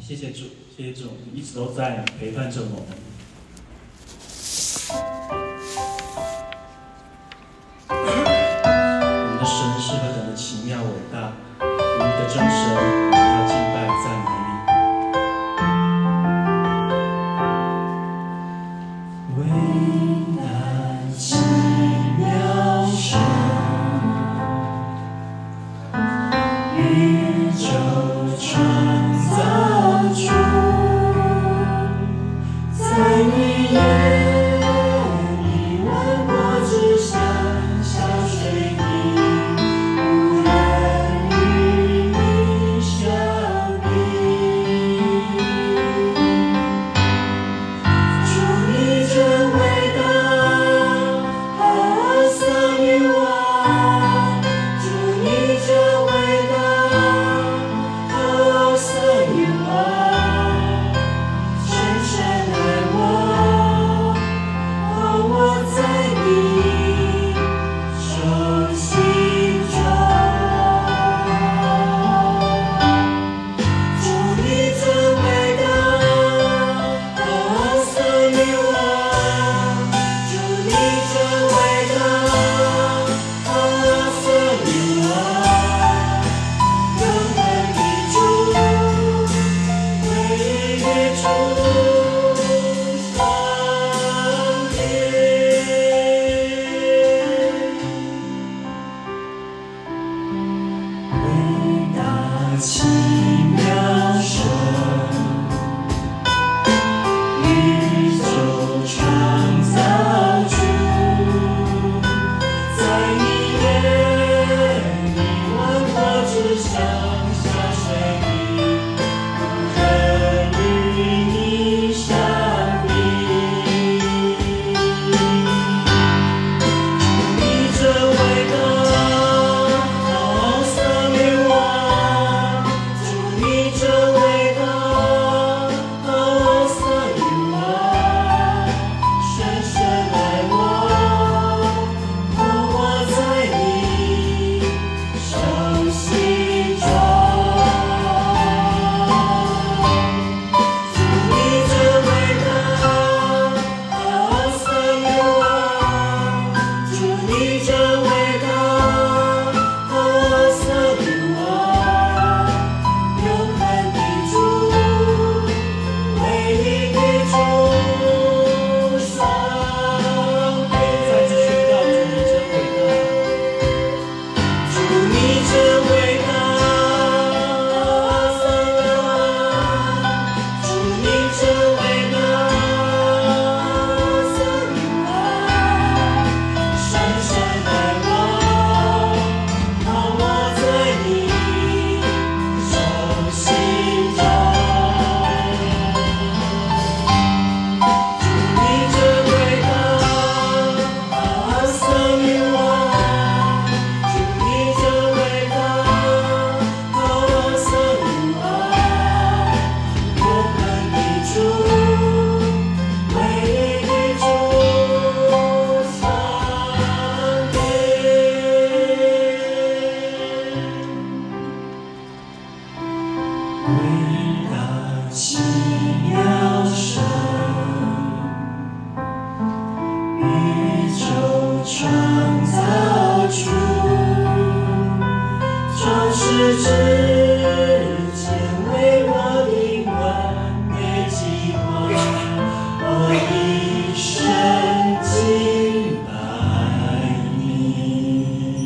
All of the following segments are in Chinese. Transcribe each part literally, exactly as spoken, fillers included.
谢谢主，谢谢主，一直都在陪伴着我们。我们的神是何等的奇妙伟大，我们的真神，我们要敬拜赞美你。伟大奇妙神，宇宙创造主，在你眼里万国之下，小水滴，无人与你相比。主你真伟大，何等于我！主你真伟大，何等于我！深深爱我，和我在你手心中。主你真伟大，何等于我！主你真伟大，何等于我！永恒的主，唯一的主，上帝，伟大奇妙神，宇宙创造主，在你眼里万国之上，小水滴，无人与你相比。主你真伟大，好胜于我！主你真伟大，好胜于我！深深爱我，和我在你手心中。主你真伟大，好胜于我！主你真伟大，好胜于我！永恒的主，唯一的主，上帝。再次宣告，主你真伟大，主你真伟大，主你真伟大，胜于我！深深爱我，和我在你手心中。主你真伟大，胜于我！主你真伟大，胜于我！永恒的主，唯一的主，上帝。伟大奇妙神，宇宙创造主，创世之前为我定完美计划，我一生敬拜你。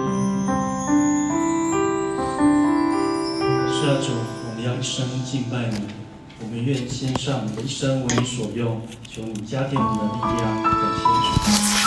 是啊，主，我们要一生敬拜你，我们愿献上我们的一生为你所用，求你加添我们的力量，感谢主。